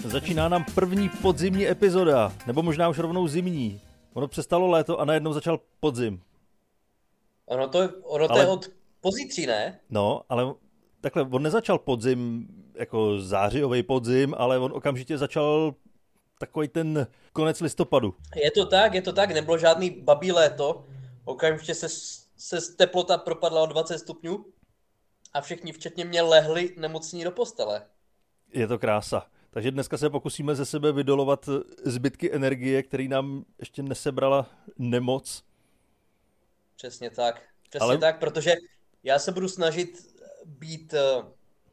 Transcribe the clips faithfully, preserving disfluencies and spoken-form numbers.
Začíná nám první podzimní epizoda, nebo možná už rovnou zimní. Ono přestalo léto a najednou začal podzim. Ono to, ono to Ale- je od pozítří, ne? No, ale takhle, on nezačal podzim jako zářijový podzim, ale on okamžitě začal takový ten konec listopadu. Je to tak, je to tak, nebylo žádný babí léto. Okamžitě se, se teplota propadla o dvacet stupňů a všichni včetně mě lehli nemocní do postele. Je to krása. Takže dneska se pokusíme ze sebe vydolovat zbytky energie, který nám ještě nesebrala nemoc. Přesně tak, přesně Ale- tak, protože já se budu snažit být, eh,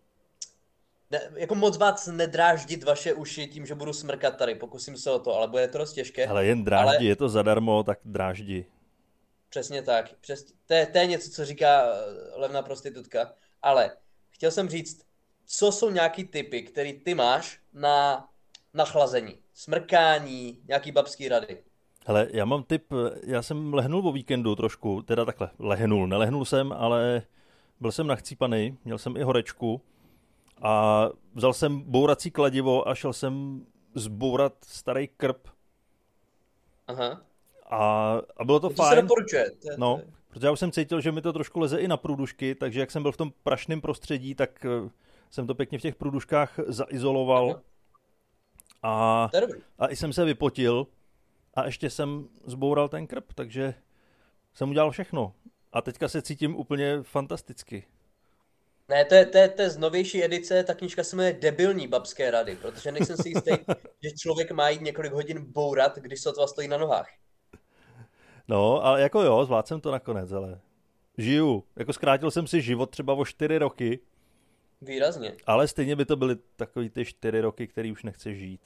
ne, jako moc vás nedráždit vaše uši tím, že budu smrkat tady, pokusím se o to, ale bude to dost těžké. Ale jen dráždi, Ale- je to zadarmo, tak dráždi. Přesně tak. Přes, to, je, to je něco, co říká eh, levná prostitutka. Ale chtěl jsem říct, co jsou nějaký typy, který ty máš na nachlazení, smrkání, nějaký babský rady. Hele, já mám tip, já jsem lehnul o víkendu trošku, teda takhle, lehnul, nelehnul jsem, ale byl jsem nachcípaný, měl jsem i horečku a vzal jsem bourací kladivo a šel jsem zbourat starý krb Aha. a, a bylo to To se fajn. doporučuje. To je- No, to je- protože já už jsem cítil, že mi to trošku leze i na průdušky, takže jak jsem byl v tom prašném prostředí, tak eh, jsem to pěkně v těch průduškách zaizoloval Aha. a, To je dobrý. a i jsem se vypotil a ještě jsem zboural ten krb, takže jsem udělal všechno. A teďka se cítím úplně fantasticky. Ne, to je, to, je, to je z novější edice, ta knížka se jmenuje Debilní babské rady, protože nejsem si jistý, že člověk má jít několik hodin bourat, když sotva stojí na nohách. No, ale jako jo, zvládl jsem to nakonec, ale žiju. Jako zkrátil jsem si život třeba o čtyři roky, Výrazně. ale stejně by to byly takový ty čtyři roky, který už nechci žít.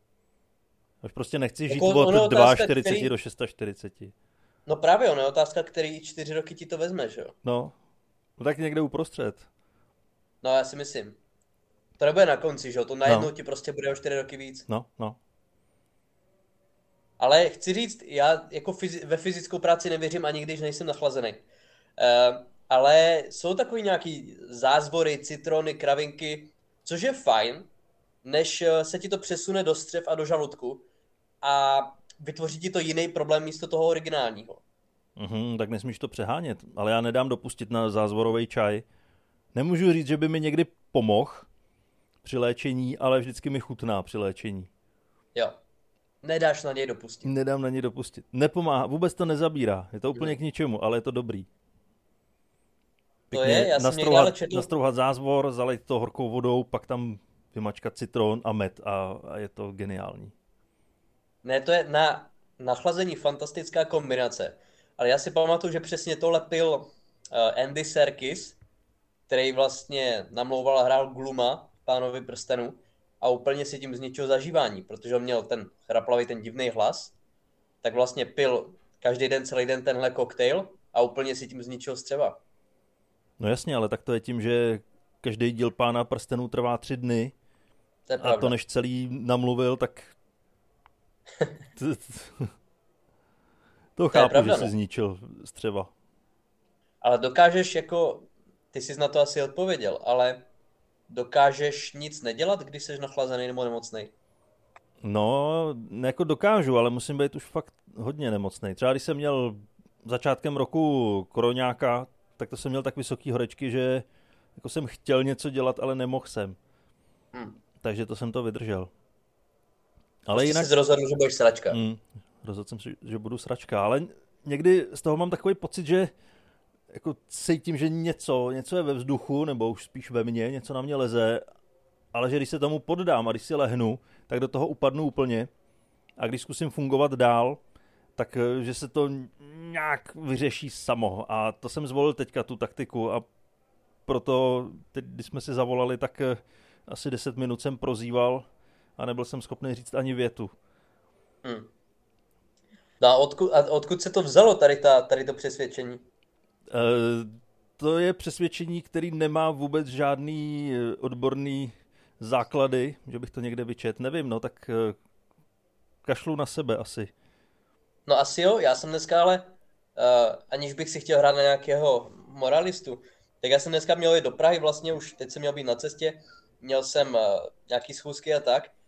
Už prostě nechci žít Jako od ono je otázka, čtyřicet dva který- do čtyřicet šest. No právě ono je otázka, který čtyři roky ti to vezme, že jo? No, no tak někde uprostřed. No já si myslím. To nebude na konci, že jo? To najednou No. ti prostě bude o čtyři roky víc. No, no. Ale chci říct, já jako fyzi- ve fyzickou práci nevěřím ani když nejsem nachlazený. Uh, ale jsou takový nějaký zázvory, citrony, kravinky, což je fajn, než eh, se ti to přesune do střev a do žaludku a vytvoří ti to jiný problém místo toho originálního. Mhm, tak nesmíš to přehánět, ale já nedám dopustit na zázvorový čaj. Nemůžu říct, že by mi někdy pomohl při léčení, ale vždycky mi chutná při léčení. Jo. Nedáš na něj dopustit. Nedám na něj dopustit. Nepomáhá, vůbec to nezabírá. Je to úplně k ničemu, ale je to dobrý. To je, já jsem někde ale nastrouhat, četl, nastrouhat zázvor, zalejt to horkou vodou, pak tam vymačkat citron a med a, a je to geniální. ne, to je na nachlazení fantastická kombinace. Ale já si pamatuju, že přesně tohle pil uh, Andy Serkis, který vlastně namlouval a hrál Gluma v Pánovi prstenu a úplně si tím zničil zažívání, protože on měl ten chraplavý, ten divný hlas, tak vlastně pil každý den, celý den tenhle koktejl a úplně si tím zničil střeva. No jasně, ale tak to je tím, že každý díl Pána prstenů trvá tři dny To je a pravda. to než celý namluvil, tak to, to chápu, pravda, že si no. zničil střeva. Ale dokážeš jako, ty jsi na to asi odpověděl, ale dokážeš nic nedělat, když jsi nachlazený nebo nemocnej? No, jako dokážu, ale musím být už fakt hodně nemocnej. Třeba když jsem měl začátkem roku koroňáka, tak to jsem měl tak vysoký horečky, že jako jsem chtěl něco dělat, ale nemohl jsem. Hm. Takže to jsem to vydržel. Ale Ale jinak... jsi rozhodl, že budeš sračka. Mm, rozhodl jsem si, že budu sračka, ale někdy z toho mám takový pocit, že jako cítím, že něco, něco je ve vzduchu, nebo už spíš ve mně, něco na mě leze, ale že když se tomu poddám a když si lehnu, tak do toho upadnu úplně a když zkusím fungovat dál, tak eh, že se to nějak vyřeší samo a to jsem zvolil teďka tu taktiku a proto teď, když jsme si zavolali, tak eh, asi deset minut jsem prozíval a nebyl jsem schopný říct ani větu. Hm. No a odkud, a odkud se to vzalo, tady, ta, tady to přesvědčení? Eh, to je přesvědčení, který nemá vůbec žádný eh, odborný základy, že bych to někde vyčet, nevím, no tak eh, kašlu na sebe asi. No asi jo, já jsem dneska ale, uh, aniž bych si chtěl hrát na nějakého moralistu, tak já jsem dneska měl jít do Prahy, vlastně už teď jsem měl být na cestě, měl jsem uh, nějaký schůzky a tak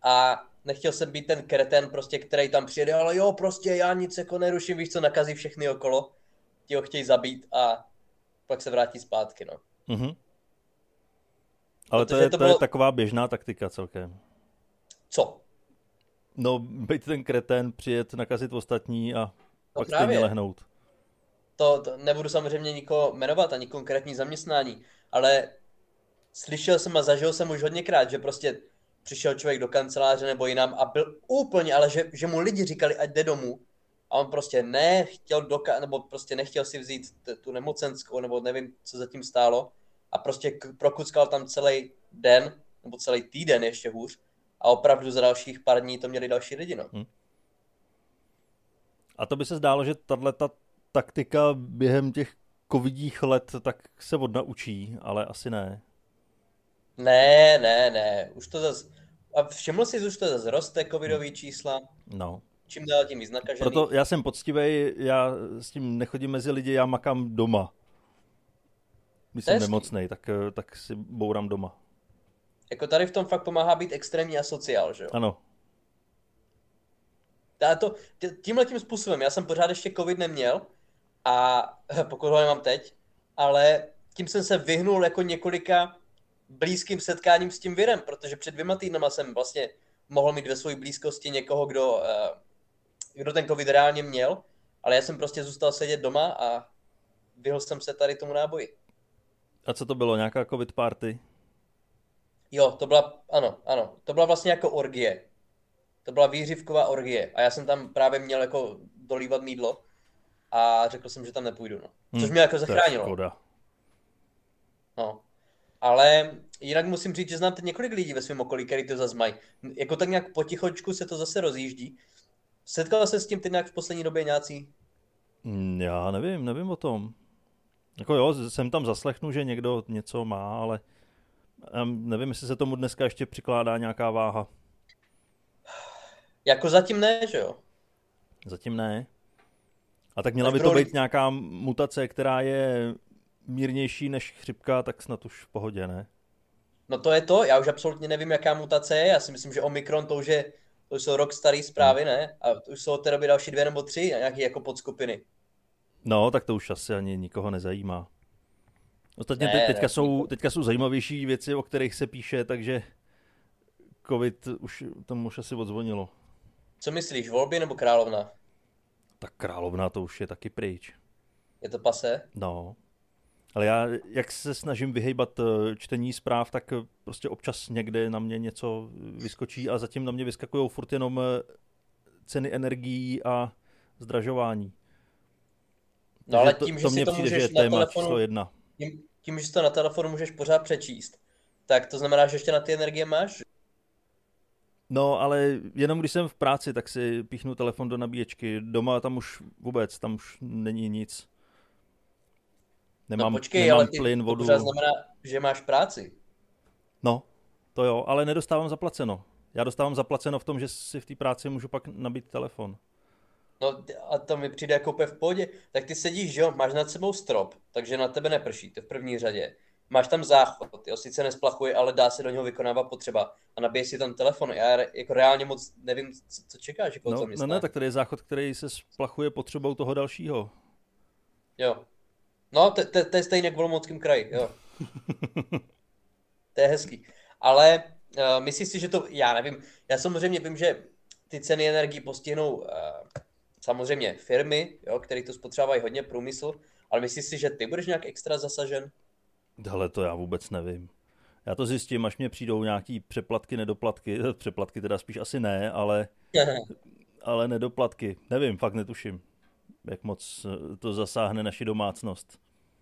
a nechtěl jsem být ten kreten, prostě, který tam přijede, ale jo, prostě já nic jako neruším, víš co, nakazí všechny okolo, ti ho chtějí zabít a pak se vrátí zpátky, no. Mhm. Ale to Protože je, to to je bylo- taková běžná taktika celkem. Co? No, být ten kretén, přijet, nakazit ostatní a pak právě. stejně lehnout. To, to nebudu samozřejmě nikoho jmenovat, ani konkrétní zaměstnání, ale slyšel jsem a zažil jsem už hodněkrát, že prostě přišel člověk do kanceláře nebo jinam a byl úplně, ale že, že mu lidi říkali, ať jde domů a on prostě nechtěl doka- nebo prostě nechtěl si vzít t- tu nemocenskou, nebo nevím, co zatím stálo a prostě k- prokuckal tam celý den, nebo celý týden ještě hůř a opravdu za dalších pár dní to měli další lidi, no. Hm. A to by se zdálo, že tato taktika během těch covidích let tak se odnaučí, ale asi ne. Ne, ne, ne, už to zase, a všiml jsi, že už to zase roste covidový čísla, No. čím dál tím víc nakažený. Proto já jsem poctivej, já s tím nechodím mezi lidi, já makám doma. Když To je jsem hezký. nemocnej, tak, tak si bourám doma. Jako tady v tom fakt pomáhá být extrémní asociál, že jo? Ano. Já to, tímhle tím způsobem, já jsem pořád ještě covid neměl, a pokud ho nemám teď, ale tím jsem se vyhnul jako několika blízkým setkáním s tím virem, protože před dvěma týdnama jsem vlastně mohl mít ve své blízkosti někoho, kdo, eh, kdo ten covid reálně měl, ale já jsem prostě zůstal sedět doma a vyhl jsem se tady tomu náboji. A co to bylo, nějaká covid party? Jo, to byla, ano, ano, to byla vlastně jako orgie. To byla výřivková orgie a já jsem tam právě měl jako dolívat mýdlo a řekl jsem, že tam nepůjdu, no. Což Hm, mě jako to je zachránilo. škoda. No. Ale jinak musím říct, že znám teď několik lidí ve svém okolí, který to zase mají. Jako tak nějak potichočku se to zase rozjíždí. Setkal se s tím teď nějak v poslední době nějací? Hm, Já nevím, nevím o tom. Jako jo, jsem tam zaslechnu, že někdo něco má, ale um, nevím, jestli se tomu dneska ještě přikládá nějaká váha. Jako zatím ne, že jo? Zatím ne. A tak měla Až by to budou být lidi- nějaká mutace, která je mírnější než chřipka, tak snad už v pohodě, ne? No to je to, já už absolutně nevím, jaká mutace je. Já si myslím, že Omikron to už je, to už jsou rok starý zprávy, ne? A to už jsou od té doby další dvě nebo tři nějaké jako podskupiny. No, tak to už asi ani nikoho nezajímá. Ostatně Ne, te- ne, teďka, jsou, nikoho. teďka jsou zajímavější věci, o kterých se píše, takže covid už tomu už asi odzvonilo. Co myslíš, volby nebo královna? Tak královna to už je taky pryč. Je to pase? No. Ale já, jak se snažím vyhejbat eh, čtení zpráv, tak eh, prostě občas někde na mě něco vyskočí a zatím na mě vyskakují furt jenom eh, ceny energií a zdražování. No ale Takže tím, že to si mně to přijde, že můžeš je na téma telefonu, číslo jedna. tím, tím, že si to na telefonu můžeš pořád přečíst, tak to znamená, že ještě na ty energie máš? No, ale jenom když jsem v práci, tak si píchnu telefon do nabíječky. Doma tam už vůbec, tam už není nic. Nemám, No počkej, nemám ale ty, plyn, to vodu. pořád znamená, že máš práci. No, to jo, ale nedostávám zaplaceno. Já dostávám zaplaceno v tom, že si v té práci můžu pak nabít telefon. No a to mi přijde jako úplně v pohodě. Tak ty sedíš, že jo, máš nad sebou strop, takže na tebe neprší, to je v první řadě. Máš tam záchod, jo, sice nesplachuje, ale dá se do něho vykonávat potřeba. A nabiješ si tam telefon. Já re- jako reálně moc nevím, co, co čekáš jako od No, no zaměstnání. ne, tak tady je záchod, který se splachuje potřebou toho dalšího. Jo. No, to, to, to je stejně k Olomouckém kraji, jo. To je hezký. Ale uh, myslíš si, že to, já nevím, já samozřejmě vím, že ty ceny energií postihnou uh, samozřejmě firmy, jo, které to spotřebovají hodně, průmysl, ale myslíš si, že ty budeš nějak extra zasažen? Hele, to já vůbec nevím. Já to zjistím, až mě přijdou nějaký přeplatky, nedoplatky. Přeplatky teda spíš asi ne, ale, ale nedoplatky. Nevím, fakt netuším, jak moc eh, to zasáhne naši domácnost.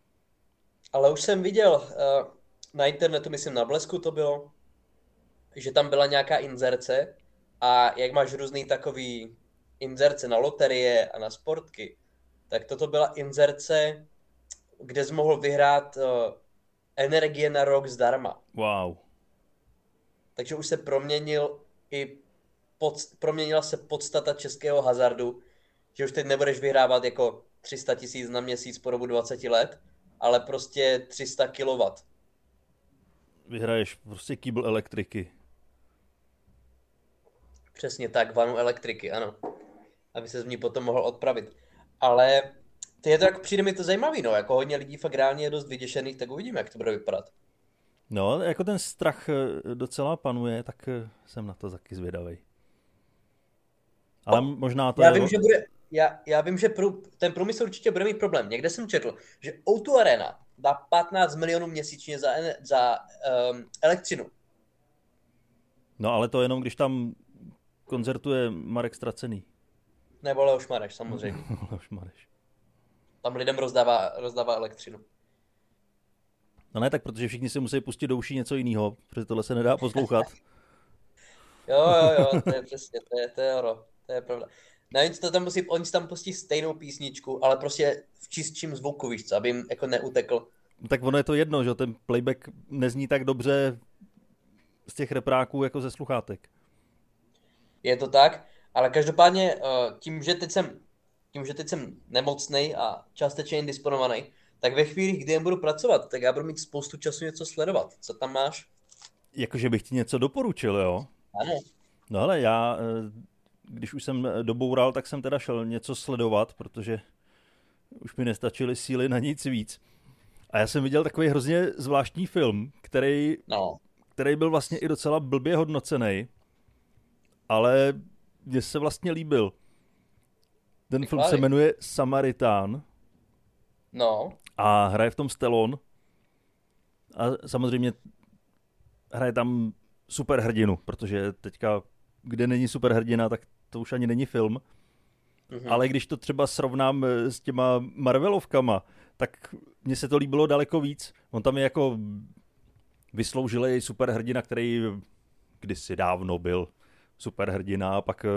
Ale už jsem viděl uh, na internetu, myslím na Blesku to bylo, že tam byla nějaká inzerce a jak máš různý takový inzerce na loterie a na sportky, tak toto byla inzerce, kde jsi mohl vyhrát uh, energie na rok zdarma. Wow. Takže už se proměnil i pod, proměnila se podstata českého hazardu, že už teď nebudeš vyhrávat jako tři sta tisíc na měsíc po dobu dvacet let, ale prostě tři sta kilowattů. Vyhraješ prostě kýbl elektriky. Přesně tak, vanu elektriky, ano. Aby se z ní potom mohl odpravit. Ale to je to, jako přijde mi to zajímavý, no, jako hodně lidí fakt reálně je dost vyděšených, tak uvidíme, jak to bude vypadat. No, jako ten strach docela panuje, tak jsem na to taky zvědavej. Ale možná to já je... Vím, že bude, já, já vím, že prů, ten průmysl určitě bude mít problém. Někde jsem četl, že ó dva Arena dá patnáct milionů měsíčně za, za um, elektřinu. No, ale to jenom, když tam koncertuje Marek Stracený. Nebo Leoš Mareš, samozřejmě. Leoš Mareš. Tam lidem rozdává, rozdává elektřinu. No ne, tak protože všichni si musí pustit do uší něco jiného, protože tohle se nedá poslouchat. jo, jo, jo, to je přesně, to je, to je, to je, to je pravda. Navíc to tam musí, oni si tam pustí stejnou písničku, ale prostě v čistším zvuku, víš co, aby jim jako neutekl. Tak ono je to jedno, že ten playback nezní tak dobře z těch repráků jako ze sluchátek. Je to tak, ale každopádně tím, že teď jsem, tím, že teď jsem nemocnej a částečně indisponovaný, tak ve chvíli, kdy jen budu pracovat, tak já budu mít spoustu času něco sledovat. Co tam máš? Jakože bych ti něco doporučil, jo? Ano. No ale já, když už jsem doboural, tak jsem teda šel něco sledovat, protože už mi nestačily síly na nic víc. A já jsem viděl takový hrozně zvláštní film, který, no. který byl vlastně i docela blbě hodnocený, ale mně se vlastně líbil. Ten film se jmenuje Samaritán. No. A hraje v tom Stallone. A samozřejmě hraje tam superhrdinu, protože teďka, kde není superhrdina, tak to už ani není film. Mm-hmm. Ale když to třeba srovnám s těma Marvelovkama, tak mně se to líbilo daleko víc. On tam je jako vysloužilej superhrdina, který kdysi dávno byl superhrdina a pak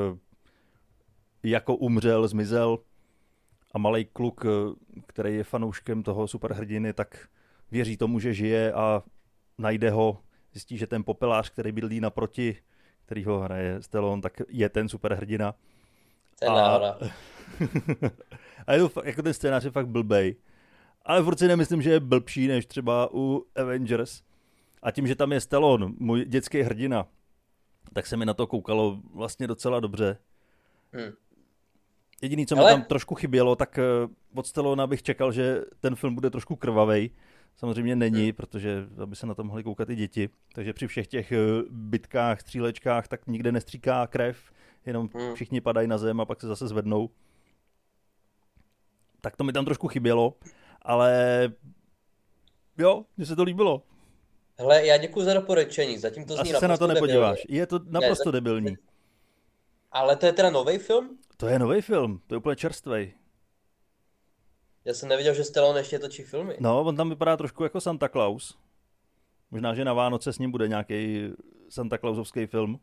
jako umřel, zmizel a malej kluk, který je fanouškem toho superhrdiny, tak věří tomu, že žije a najde ho, zjistí, že ten popelář, který bydlí naproti, který ho hraje Stallone, tak je ten superhrdina. To je náhoda. A je to, jako ten scénář je fakt blbej. Ale furt si nemyslím, že je blbší než třeba u Avengers. A tím, že tam je Stallone, můj dětský hrdina, tak se mi na to koukalo vlastně docela dobře. Hmm. Jediný, co Ale... mi tam trošku chybělo, tak od Stallona bych čekal, že ten film bude trošku krvavej. Samozřejmě není, hmm. protože aby se na to mohli koukat i děti. Takže při všech těch bitkách, střílečkách, tak nikde nestříká krev, jenom hmm. všichni padají na zem a pak se zase zvednou. Tak to mi tam trošku chybělo, ale jo, mně se to líbilo. Hele, já děkuji za doporučení, zatím to zní Asi naprosto se na to nepodíváš, debilní. je to naprosto ne, debilní. Ale to je teda nový film? To je nový film, to je úplně čerstvej. Já jsem nevěděl, že Stallone ještě točí filmy. No, on tam vypadá trošku jako Santa Claus. Možná, že na Vánoce s ním bude nějaký Santa Clausovský film.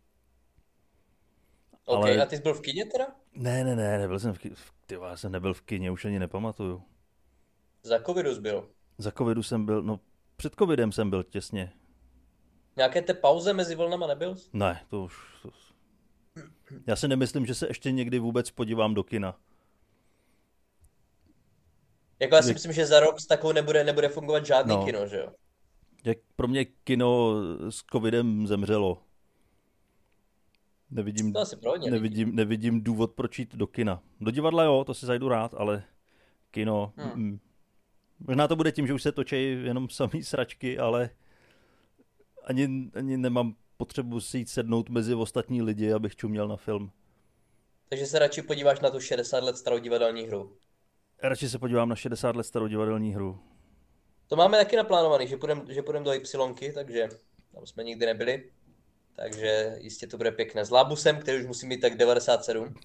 OK, ale... a ty jsi byl v kině teda? Ne, ne, ne, nebyl jsem v kině. Ty, já jsem nebyl v kině, už ani nepamatuju. Za covidu jsi byl? Za covidu jsem byl, no před covidem jsem byl těsně. Nějaké té pauze mezi vlnama nebyl? Ne, to už... To... Já si nemyslím, že se ještě někdy vůbec podívám do kina. Jako já si myslím, že za rok s takovou nebude, nebude fungovat žádný no. kino, že jo? Jak pro mě kino s covidem zemřelo. Nevidím, to asi pro nevidím, nevidím důvod, proč jít do kina. Do divadla jo, to si zajdu rád, ale kino... Hmm. Mm, možná to bude tím, že už se točí jenom samý sračky, ale ani, ani nemám potřebu si jít sednout mezi ostatní lidi, abych čuměl na film. Takže se radši podíváš na tu šedesát let starou divadelní hru? Radši se podívám na šedesát let starou divadelní hru. To máme taky naplánovaný, že půjdeme že půjdem do Ypsilonky, takže tam jsme nikdy nebyli. Takže jistě to bude pěkné. S Lábusem, který už musí mít tak devadesát sedm.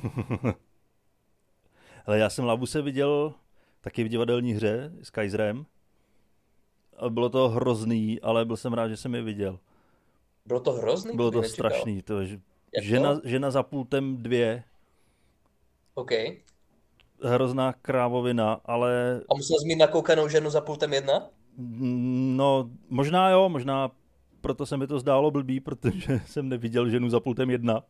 Ale já jsem Lábuse viděl taky v divadelní hře s Kaiserem. A bylo to hrozný, ale byl jsem rád, že jsem je viděl. Bylo to hrozný? Bylo to nečekal. strašný. To je, žena, žena za pultem dvě. OK. Hrozná krávovina, ale... A musel jsi mít nakoukanou ženu za pultem jedna? No, možná jo, možná proto se mi to zdálo blbý, protože jsem neviděl ženu za pultem jedna.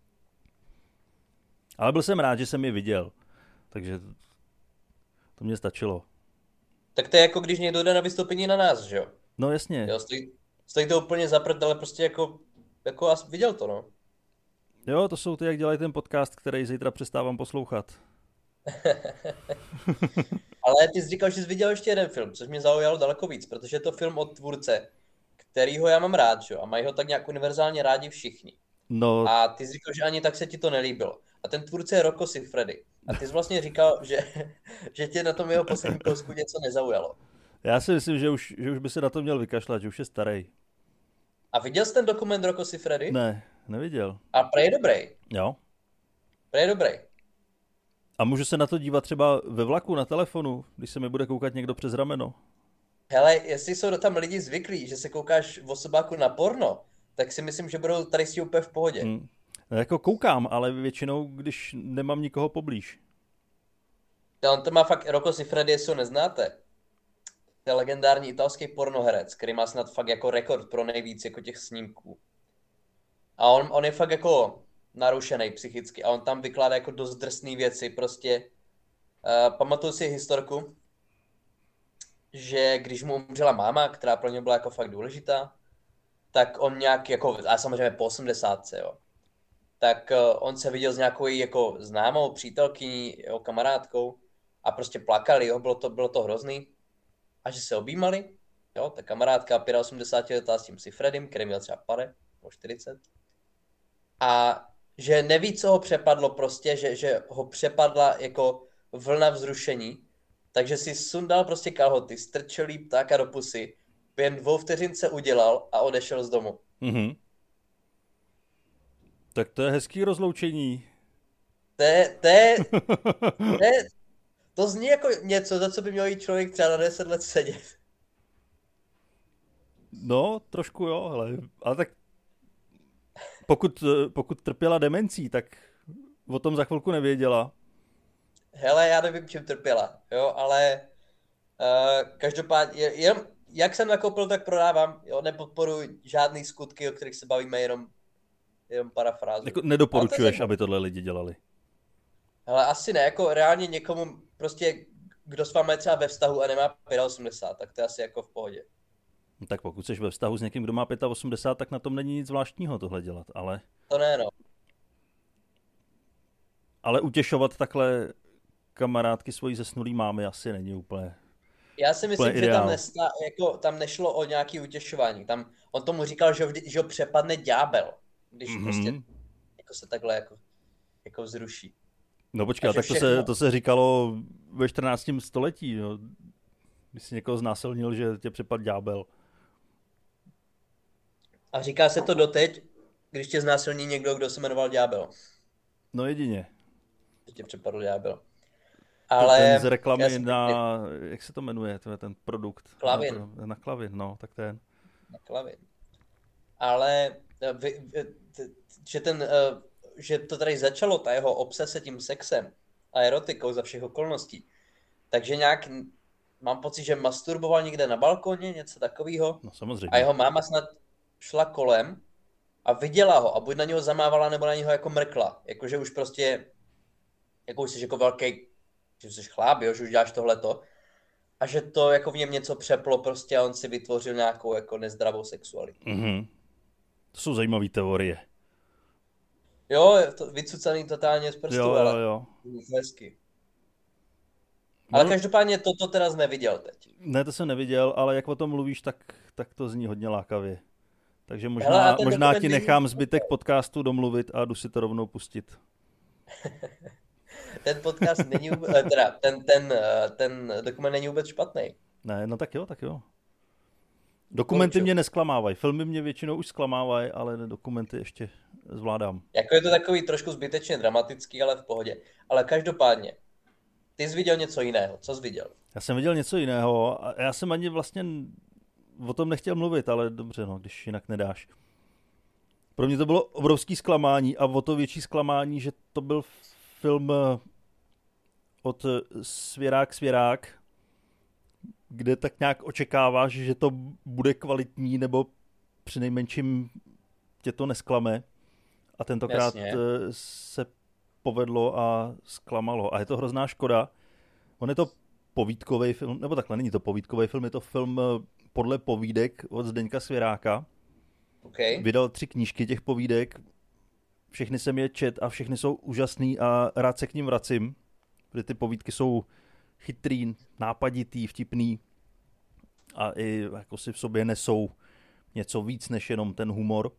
Ale byl jsem rád, že jsem ji viděl. Takže to mě stačilo. Tak to je jako když někdo jde na vystoupení na nás, že jo? No jasně. Jo, stojí, stojí to úplně za prd, ale prostě jako, jako viděl to, no. Jo, to jsou ty, jak dělají ten podcast, který zítra přestávám poslouchat. Ale ty jsi říkal, že jsi viděl ještě jeden film, což mě zaujalo daleko víc, protože je to film od tvůrce, kterýho já mám rád, že? A mají ho tak nějak univerzálně rádi všichni. No, A ty jsi říkal, že ani tak se ti to nelíbilo. A ten tvůrce je Rocco Siffredi. A ty jsi vlastně říkal, že, že tě na tom jeho posledním kousku něco nezaujalo. já si myslím, že už, že už by se na to měl vykašlat, že už je starý. A viděl jsi ten dokument Rocco Siffredi? Ne, neviděl. A prej je dobrý. Jo. Prej je dobrý. A můžu se na to dívat třeba ve vlaku, na telefonu, když se mi bude koukat někdo přes rameno. Hele, jestli jsou tam lidi zvyklí, že se koukáš v osobáku na porno, tak si myslím, že budou tady si úplně v pohodě. Hmm. No, jako koukám, ale většinou, když nemám nikoho poblíž. Ja, on to má fakt, Rocco Siffredi, jestli ho neznáte. To je legendární italský pornoherec, který má snad fakt jako rekord pro nejvíc jako těch snímků. A on, on je fakt jako narušený psychicky a on tam vykládá jako dost drsný věci, prostě. Uh, pamatuju si historku, že když mu umřela máma, která pro něj byla jako fakt důležitá, tak on nějak jako, a samozřejmě po osmdesátce, jo, tak uh, on se viděl s nějakou jako známou přítelkyní, jeho kamarádkou a prostě plakali, jo, bylo to, bylo to hrozný. A že se objímali, jo, ta kamarádka osmdesátipětiletá s tím Siffredim, který měl třeba pade, nebo čtyřicet. A že neví, co ho přepadlo prostě, že, že ho přepadla jako vlna vzrušení, takže si sundal prostě kalhoty, strčel jí ptáka do pusy, během dvou vteřin se udělal a odešel z domu. Mhm. Tak to je hezký rozloučení. To je, to je, to je, to zní jako něco, za co by měl jít člověk třeba na deset let sedět. No, trošku jo, hele. Ale tak pokud, pokud trpěla demencí, tak o tom za chvilku nevěděla. Hele, já nevím, čím trpěla, jo, ale uh, každopádně, jen, jak jsem nakoupil, tak prodávám, jo, nepodporuji žádný skutky, o kterých se bavíme, jenom, jenom parafrázu. Jako nedoporučuješ, to aby tohle lidi dělali? Hele, asi ne, jako reálně někomu, prostě, kdo s vámi je třeba ve vztahu a nemá osmdesát pět, tak to je asi jako v pohodě. No, tak pokud jsi ve vztahu s někým, kdo má osmdesát pět, tak na tom není nic zvláštního tohle dělat, ale... To ne, no. Ale utěšovat takhle kamarádky svojí zesnulý mámy asi není úplně... Já si myslím, že tam, nesta, jako, tam nešlo o nějaké utěšování. Tam, on tomu říkal, že, vždy, že ho přepadne ďábel, když mm-hmm. prostě jako se takhle jako, jako vzruší. No počkej, tak to se, to se říkalo ve čtrnáctém století, no. Když jsi někoho znásilnil, že tě přepadl ďábel. A říká se to doteď, když tě znásilní někdo, kdo se jmenoval ďábel. No jedině. Že tě přepadl ďábel. Ale... Ten z reklamy jsem... na, jak se to jmenuje, to je ten produkt? Klavin. Na, na Klavin, no, tak ten. Na Klavin. Ale, vy, že, ten, že to tady začalo, ta jeho obsese tím sexem a erotikou za všech okolností, takže nějak, mám pocit, že masturboval někde na balkoně, něco takového. No samozřejmě. A jeho máma snad šla kolem a viděla ho a buď na něho zamávala, nebo na něho jako mrkla. Jakože už prostě, jako už jsi jako velký, že jsi chláp, jo, že už děláš tohleto. A že to jako v něm něco přeplo prostě a on si vytvořil nějakou jako nezdravou sexualitu. Mm-hmm. To jsou zajímavé teorie. Jo, to vycucaný totálně z prstu, jo, ale jo, jo. hezky. Ale no, každopádně toto teda neviděl teď. Ne, to jsem neviděl, ale jak o tom mluvíš, tak, tak to zní hodně lákavě. Takže možná, Hele, možná ti nechám zbytek podcastu domluvit a jdu si to rovnou pustit. Ten podcast není vůbec, teda ten, ten, ten dokument není vůbec špatný. Ne, no tak jo, tak jo. Dokumenty Konču. Mě nesklamávají. Filmy mě většinou už zklamávají, ale dokumenty ještě zvládám. Jako je to takový trošku zbytečně dramatický, ale v pohodě. Ale každopádně, ty jsi viděl něco jiného. Co jsi viděl? Já jsem viděl něco jiného a já jsem ani vlastně o tom nechtěl mluvit, ale dobře, no, když jinak nedáš. Pro mě to bylo obrovský zklamání a o to větší zklamání, že to byl film od Svěrák Svěrák, kde tak nějak očekáváš, že to bude kvalitní, nebo přinejmenším tě to nesklame. A tentokrát Jasně. se povedlo a zklamalo. A je to hrozná škoda. On je to povídkový film, nebo takhle, není to povídkový film, je to film podle povídek od Zdeňka Svěráka. Okay. Vydal tři knížky těch povídek. všechny jsem je čet a všechny jsou úžasný a rád se k ním vracím, protože ty povídky jsou chytrý, nápaditý, vtipný a i jako si v sobě nesou něco víc než jenom ten humor.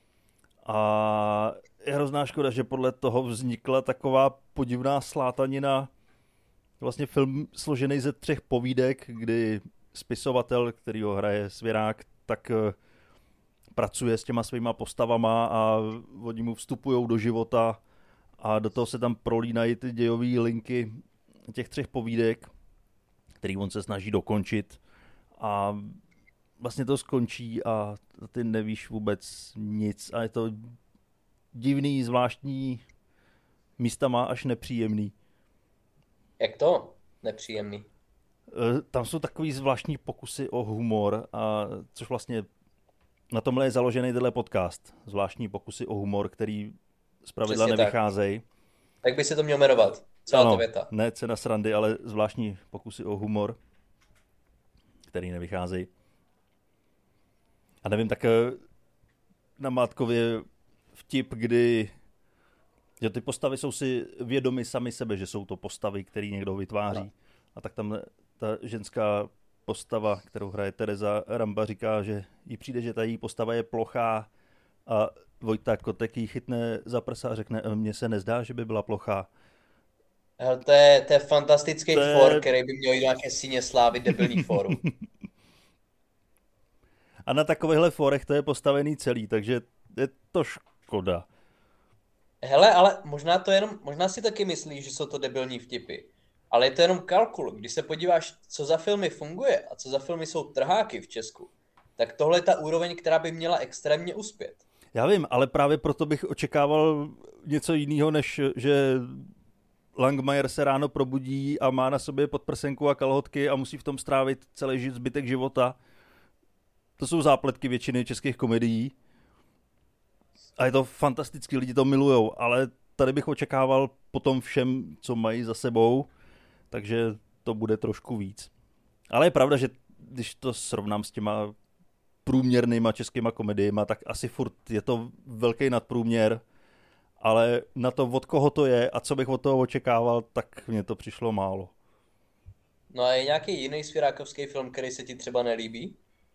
A je hrozná škoda, že podle toho vznikla taková podivná slátanina, vlastně film složený ze třech povídek, kdy spisovatel, který ho hraje Svěrák, tak pracuje s těma svýma postavama a oni mu vstupujou do života a do toho se tam prolínají ty dějové linky těch třech povídek, který on se snaží dokončit a vlastně to skončí a ty nevíš vůbec nic a je to divný, zvláštní, místama až nepříjemný. Jak to? Nepříjemný? Tam jsou takový zvláštní pokusy o humor, a což vlastně na tomhle je založený tenhle podcast. Zvláštní pokusy o humor, který zpravidla nevycházejí. Tak. tak by se to měl jmenovat. Celá ano, ta věta. Ne cena srandy, ale zvláštní pokusy o humor, který nevycházejí. A nevím, tak na Mátkově vtip, kdy že ty postavy jsou si vědomi sami sebe, že jsou to postavy, které někdo vytváří. No. A tak tam ta ženská postava, kterou hraje Tereza Ramba, říká, že jí přijde, že ta její postava je plochá a Vojta Kotek jí chytne za prsa a řekne, mně se nezdá, že by byla plochá. To je, to je fantastický to for, je... který by měl jít nějaké síně slávy, debilní fórum. A na takovýchhle forech to je postavený celý, takže je to škoda. Hele, ale možná to jenom, možná si taky myslíš, že jsou to debilní vtipy. Ale je to jenom kalkul. Když se podíváš, co za filmy funguje a co za filmy jsou trháky v Česku, tak tohle je ta úroveň, která by měla extrémně uspět. Já vím, ale právě proto bych očekával něco jiného, než že Langmajer se ráno probudí a má na sobě podprsenku a kalhotky a musí v tom strávit celý zbytek života. To jsou zápletky většiny českých komedií. A je to fantastický, lidi to milujou, ale tady bych očekával po tom všem, co mají za sebou, takže to bude trošku víc. Ale je pravda, že když to srovnám s těma průměrnýma českýma komediema, tak asi furt je to velký nadprůměr, ale na to, od koho to je a co bych od toho očekával, tak mně to přišlo málo. No a je nějaký jiný svěrákovský film, který se ti třeba nelíbí?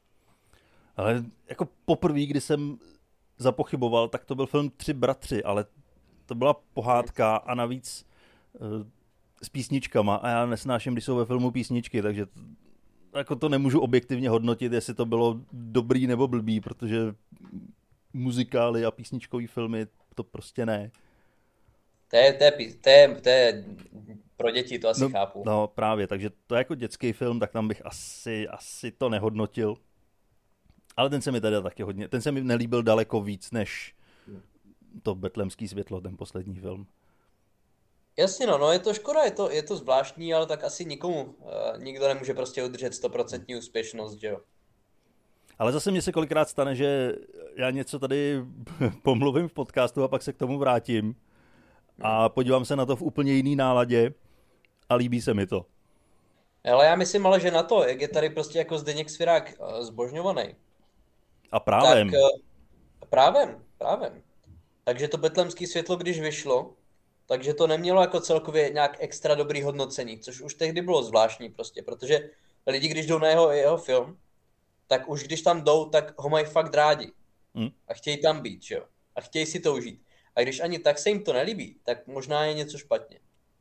Ale jako poprvé, kdy jsem zapochyboval, tak to byl film Tři bratři, ale to byla pohádka a navíc uh, s písničkama a já nesnáším, když jsou ve filmu písničky, takže to, jako to nemůžu objektivně hodnotit, jestli to bylo dobrý nebo blbý, protože muzikály a písničkový filmy to prostě ne. To je, to je, to je, to je pro děti, to asi no, chápu. No právě, takže to je jako dětský film, tak tam bych asi, asi to nehodnotil. Ale ten se mi tady taky hodně, ten se mi nelíbil daleko víc, než to Betlémský světlo, ten poslední film. Jasně no, no je to škoda, je to, je to zvláštní, ale tak asi nikomu, uh, nikdo nemůže prostě udržet stoprocentní úspěšnost, že jo. Ale zase mně se kolikrát stane, že já něco tady pomluvím v podcastu a pak se k tomu vrátím a podívám se na to v úplně jiný náladě a líbí se mi to. Ale já myslím ale, že na to, jak je tady prostě jako Zdeněk Svěrák uh, zbožňovaný. A právem. Tak, uh, právem, právem. Takže to Betlémský světlo, když vyšlo, takže to nemělo jako celkově nějak extra dobrý hodnocení, což už tehdy bylo zvláštní prostě, protože lidi, když jdou na jeho, jeho film, tak už když tam jdou, tak ho mají fakt rádi. Hmm. A chtějí tam být, že jo? A chtějí si to užít. A když ani tak se jim to nelíbí, tak možná je něco špatně.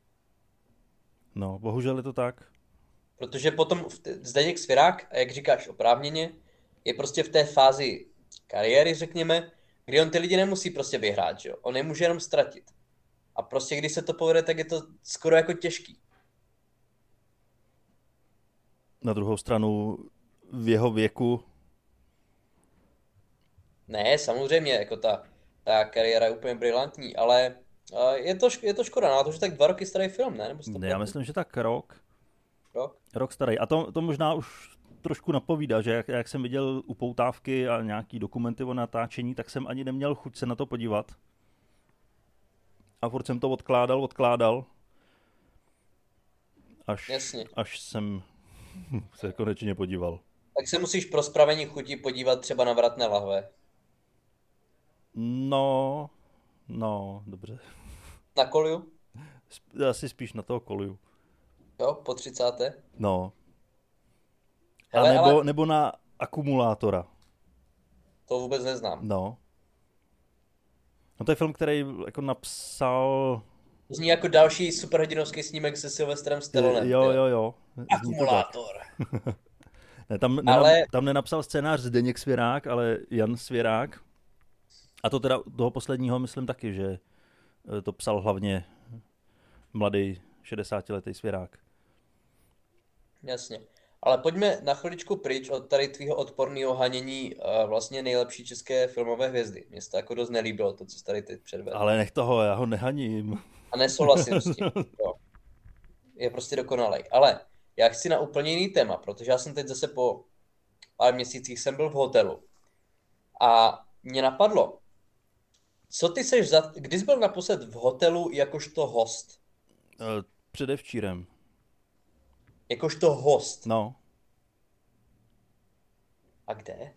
No, bohužel je to tak. Protože potom Zdeněk Svěrák, a jak říkáš oprávněně, je prostě v té fázi kariéry, řekněme, kdy on ty lidi nemusí prostě vyhrát, že jo? On nemůže jenom ztratit. A prostě když se to povede, tak je to skoro jako těžký. Na druhou stranu v jeho věku... Ne, samozřejmě, jako ta, ta kariéra je úplně brilantní, ale uh, je, to, je to škoda, no, to už tak dva roky starý film, ne? Nebo ne, já myslím, že tak rok. Rok? Rok starý. A to, to možná už trošku napovídá, že jak, jak jsem viděl upoutávky a nějaký dokumenty o natáčení, tak jsem ani neměl chuť se na to podívat. A furt jsem to odkládal, odkládal. Až, Jasně. až jsem se konečně podíval. Tak se musíš pro spravení chutí podívat třeba na Vratné lahve. No, No, dobře. Na Koliu? Sp- Asi spíš na toho Koliu. Jo, po třicáté. No. A Hele, ale nebo, nebo na Akumulátora. to vůbec neznám. No. No to je film, který jako napsal... To zní jako další superhrdinovský snímek se Sylvestrem Stallonem. Jo, tyjo. jo, jo. Zní to tak. Akumulátor. Ne, tam, nenap, Ale- tam nenapsal scénář Zdeněk Svěrák, ale Jan Svěrák. A to teda toho posledního myslím taky, že eh, to psal hlavně mladý šedesátiletý Svěrák. Jasně. Ale pojďme na chviličku pryč od tady tvýho odporného hanění uh, vlastně nejlepší české filmové hvězdy. Mně se to jako dost nelíbilo, to, co jsi tady teď předvedl. Ale nech toho, já ho nehaním. A nesouhlasím s tím. Jo. Je prostě dokonalej. Ale já chci na úplně jiný téma, protože já jsem teď zase po pár měsících jsem byl v hotelu. A mě napadlo, co ty seš za... Kdy jsi byl naposled v hotelu jakožto host? Eh, Předevčírem. Jakožto host. No. A kde? Eh,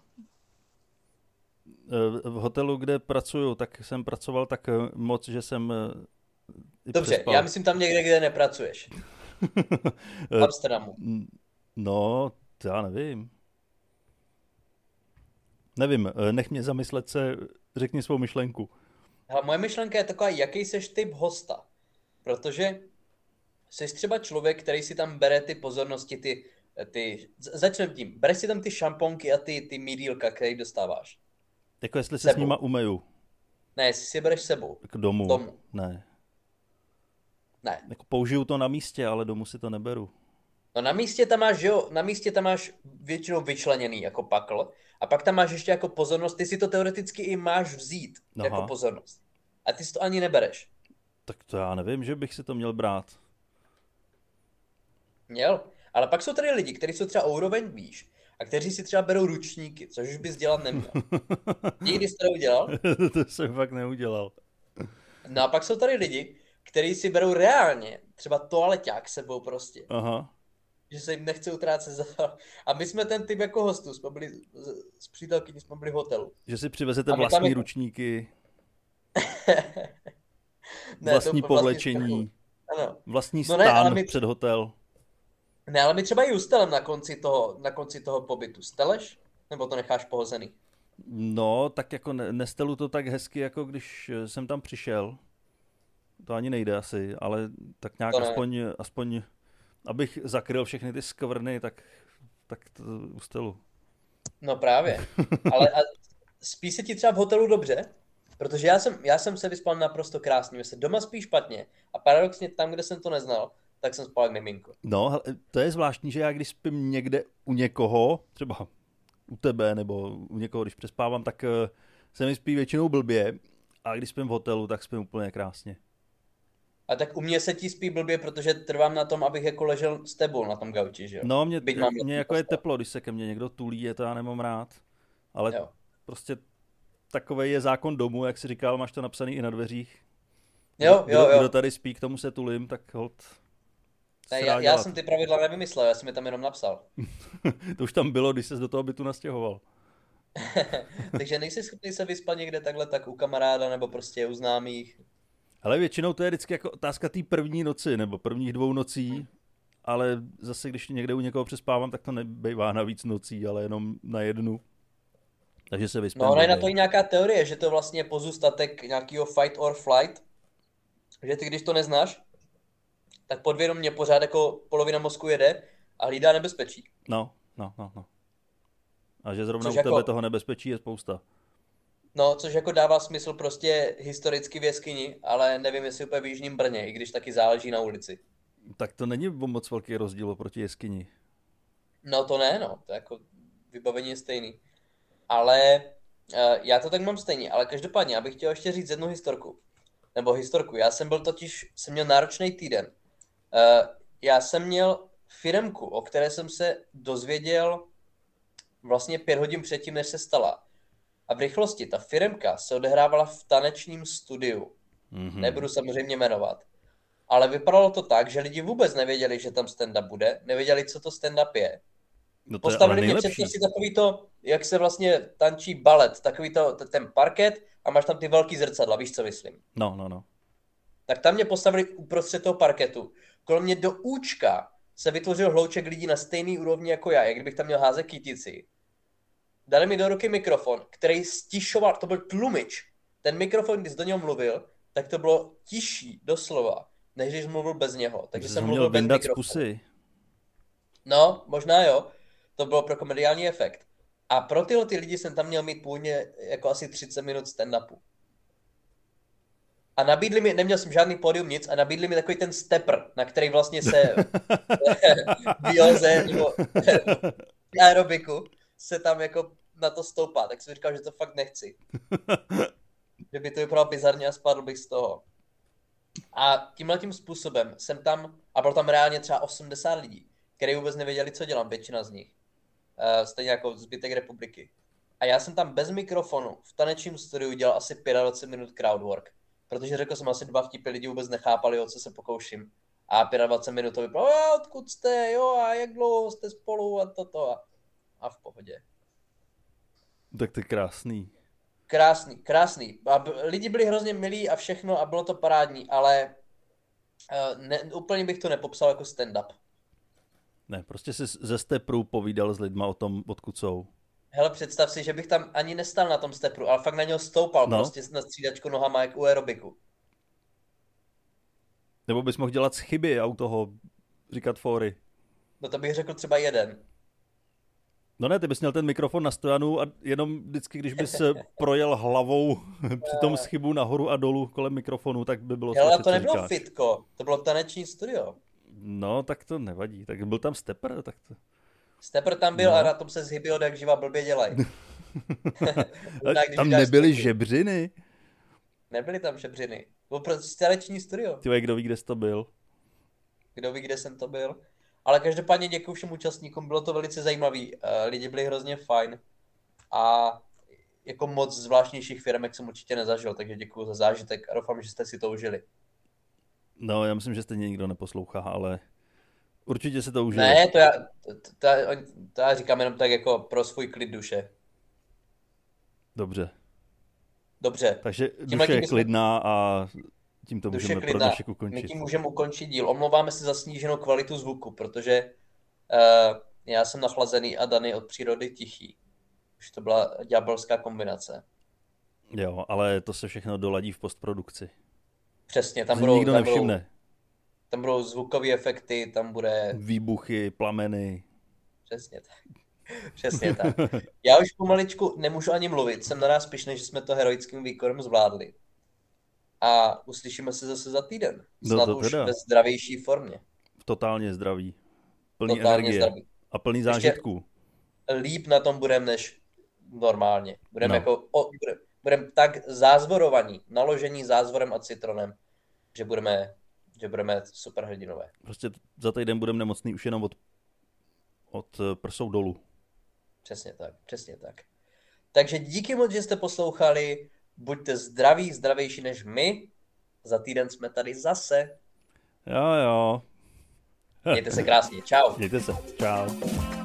V hotelu, kde pracuju, tak jsem pracoval tak eh, moc, že jsem eh, i Dobře, přespal. já myslím tam někde, kde nepracuješ. V Amsterdamu. No, to já nevím. Nevím, eh, nech mě zamyslet se, řekni svou myšlenku. A moje myšlenka je taková, jaký seš typ hosta. Protože jsi třeba člověk, který si tam bere ty pozornosti, ty, ty z- začneme tím, bereš si tam ty šamponky a ty, ty mídílka, který dostáváš. Jako jestli se Sebou. s nima umeju Ne, jestli si je bereš s sebou. k domu. Domů. Ne. Ne. Jako použiju to na místě, ale domů si to neberu. No na místě tam máš, že jo, na místě tam máš většinou vyčleněný jako pakl. A pak tam máš ještě jako pozornost, ty si to teoreticky i máš vzít Aha. jako pozornost. A ty si to ani nebereš. Tak to já nevím, že bych si to měl brát. Měl. Ale pak jsou tady lidi, kteří jsou třeba o úroveň výš a kteří si třeba berou ručníky, což už bys dělat neměl. Nikdy jsi to neudělal? To jsem fakt neudělal. No a pak jsou tady lidi, kteří si berou reálně třeba toaleťák s sebou prostě, Aha. že se jim nechce utrácet za to. A my jsme ten typ jako hostů, jsme byli s- s přítelkyní, jsme byli v hotelu. Že si přivezete A my tam vlastní je- ručníky, Ne, vlastní to- povlečení, Ano. vlastní No ne, ale stán my- před hotel. Ne, ale my třeba i ustelem na konci toho, na konci toho pobytu. Steleš? Nebo to necháš pohozený? No, tak jako ne, nestelu to tak hezky, jako když eh, jsem tam přišel. To ani nejde asi, ale tak nějak To ne. aspoň, aspoň, abych zakryl všechny ty skvrny, tak, tak to ustelu. No právě. Ale a spí se ti třeba v hotelu dobře? Protože já jsem, já jsem se vyspal naprosto krásně. Mě se doma spí špatně. A paradoxně tam, kde jsem to neznal, tak jsem spal jak miminko. No, hele, to je zvláštní, že já když spím někde u někoho, třeba u tebe nebo u někoho, když přespávám, tak uh, se mi spí většinou blbě a když spím v hotelu, tak spím úplně krásně. A tak u mě se ti spí blbě, protože trvám na tom, abych jako ležel s tebou na tom gauči, že jo? No, mě, Byť mám mě jasný jako je postel. teplo, když se ke mně někdo tulí, je to já nemám rád. Ale Jo. prostě takovej je zákon domu, jak jsi říkal, máš to napsaný i na dveřích. Jo, Kdo, jo, jo. kdo tady spí, k tomu se tulím, tak hold. co Ne, se já, dá já dělat? jsem ty pravidla nevymyslel, já jsem je tam jenom napsal. To už tam bylo, když ses do toho bytu nastěhoval. Takže nejsi schopný se vyspat někde takhle tak u kamaráda nebo prostě u známých. Ale většinou to je vždycky jako otázka té první noci, nebo prvních dvou nocí, ale zase, když někde u někoho přespávám, tak to nebývá na víc nocí, ale jenom na jednu. Takže se vyspím. No, ona je na to blbej. i nějaká teorie, že to vlastně pozůstatek nějakého fight or flight, že ty když to neznáš, tak podvědomě pořád jako polovina mozku jede a hlídá nebezpečí. No, no, no, no. A že zrovna Což u jako- tebe toho nebezpečí je spousta. No, což jako dává smysl prostě historicky v jeskyni, ale nevím, jestli úplně v Jižním Brně, i když taky záleží na ulici. Tak to není moc velký rozdíl oproti jeskyni. No to ne, no, to jako vybavení je stejný. Ale uh, já to tak mám stejně, ale každopádně, já bych chtěl ještě říct jednu historku. Nebo historku, já jsem byl totiž, jsem měl náročný týden. Uh, já jsem měl firemku, o které jsem se dozvěděl vlastně pět hodin předtím, než se stala. A v rychlosti, ta firemka se odehrávala v tanečním studiu. Mhm. Nebudu samozřejmě jmenovat. Ale vypadalo to tak, že lidi vůbec nevěděli, že tam stand-up bude, nevěděli, co to stand-up je. No to Postavili mě, představ si takový to, jak se vlastně tančí balet, takový to, ten parket a máš tam ty velký zrcadla, víš, co myslím? No, no, no. Tak tam mě postavili uprostřed toho parketu. Kolem mě do účka se vytvořil hlouček lidí na stejný úrovni jako já, jak kdybych tam měl házet kytici. Dali mi do ruky mikrofon, který stišoval, to byl tlumič. Ten mikrofon, když jsi do něho mluvil, tak to bylo tižší, doslova, než když mluvil bez něho. Takže Jsi jsem měl mluvil bez vyndat z mikrofonu. pusy. No, možná jo. To bylo pro komediální efekt. A pro tyhle ty lidi jsem tam měl mít původně jako asi třicet minut stand-upu. A nabídli mi, neměl jsem žádný pódium, nic, a nabídli mi takový ten stepper, na který vlastně se v józe nebo v aerobiku se tam jako na to stoupá. Tak jsem říkal, že to fakt nechci. Že by to vypadalo bizarně a spadl bych z toho. A tímhletím způsobem jsem tam, a bylo tam reálně třeba osmdesát lidí, kteří vůbec nevěděli, co dělám, většina z nich. Uh, stejně jako zbytek republiky. A já jsem tam bez mikrofonu v tanečním studiu dělal asi dvacet pět minut crowdwork. Protože řekl jsem asi dva vtipy, lidi vůbec nechápali, o co se pokouším. A dvacet pět minut to vypadalo, a odkud jste, jo, a jak dlouho jste spolu a toto. A, a v pohodě. Tak to je krásný. Krásný, krásný. A b- lidi byli hrozně milí a všechno a bylo to parádní, ale uh, ne, úplně bych to nepopsal jako stand-up. Ne, prostě jsi ze stepru povídal s lidma o tom, odkud jsou. Hele, představ si, že bych tam ani nestal na tom stepru, ale fakt na něho stoupal, no. Prostě na střídačku nohama jak u aerobiku. Nebo bys mohl dělat chyby a u toho říkat fóry. No to bych řekl třeba jeden. No ne, ty bys měl ten mikrofon na stojanu a jenom vždycky, když bys projel hlavou při tom schybu nahoru a dolů kolem mikrofonu, tak by bylo Hele, slyšet, to nebylo říkáš. fitko, to bylo taneční studio. No, tak to nevadí. Tak byl tam stepper, tak to... Stepper tam byl no. A na tom se zhybil, jak živa blbě dělají. Tam nebyly žebřiny? Nebyly tam žebřiny. Bylo prostě taneční studio. Ty, kdo ví, kde jsi to byl? Kdo ví, kde jsem to byl. Ale každopádně děkuji všem účastníkům, bylo to velice zajímavý. Lidi byli hrozně fajn. A jako moc zvláštnějších firmek jsem určitě nezažil, takže děkuji za zážitek a doufám, že jste si to užili. No, já myslím, že stejně nikdo neposlouchá, ale určitě se to užili. Ne, to já, to, to, to já říkám jenom tak jako pro svůj klid duše. Dobře. Dobře. Takže duše je klidná a tím to můžeme pro dnešek ukončit. My tím můžeme ukončit díl. Omlouváme se za sníženou kvalitu zvuku, protože uh, já jsem nachlazený a Dany od přírody tichý. Už to byla ďábelská kombinace. Jo, ale to se všechno doladí v postprodukci. Přesně, tam to budou, nikdo tam nevšimne. Budou, tam budou zvukové efekty, tam bude... Výbuchy, plameny. Přesně tak. Přesně tak. Já už pomaličku nemůžu ani mluvit, jsem na nás pyšný, že jsme to heroickým výkonem zvládli. A uslyšíme se zase za týden. Snad no už ve zdravější formě. Totálně zdraví. Plný Totálně energie. Zdraví. A plný zážitků. Ještě líp na tom budeme než normálně. Budeme no. jako, budeme, budeme tak zázvorovaní, naložení zázvorem a citronem, že budeme, že budeme super hrdinové. Prostě za týden budeme nemocný už jenom od, od prsou dolů. Přesně tak, přesně tak. Takže díky moc, že jste poslouchali. Buďte zdraví, zdravější než my. Za týden jsme tady zase. Jo, jo. Mějte se krásně. Čau. Mějte se. Čau.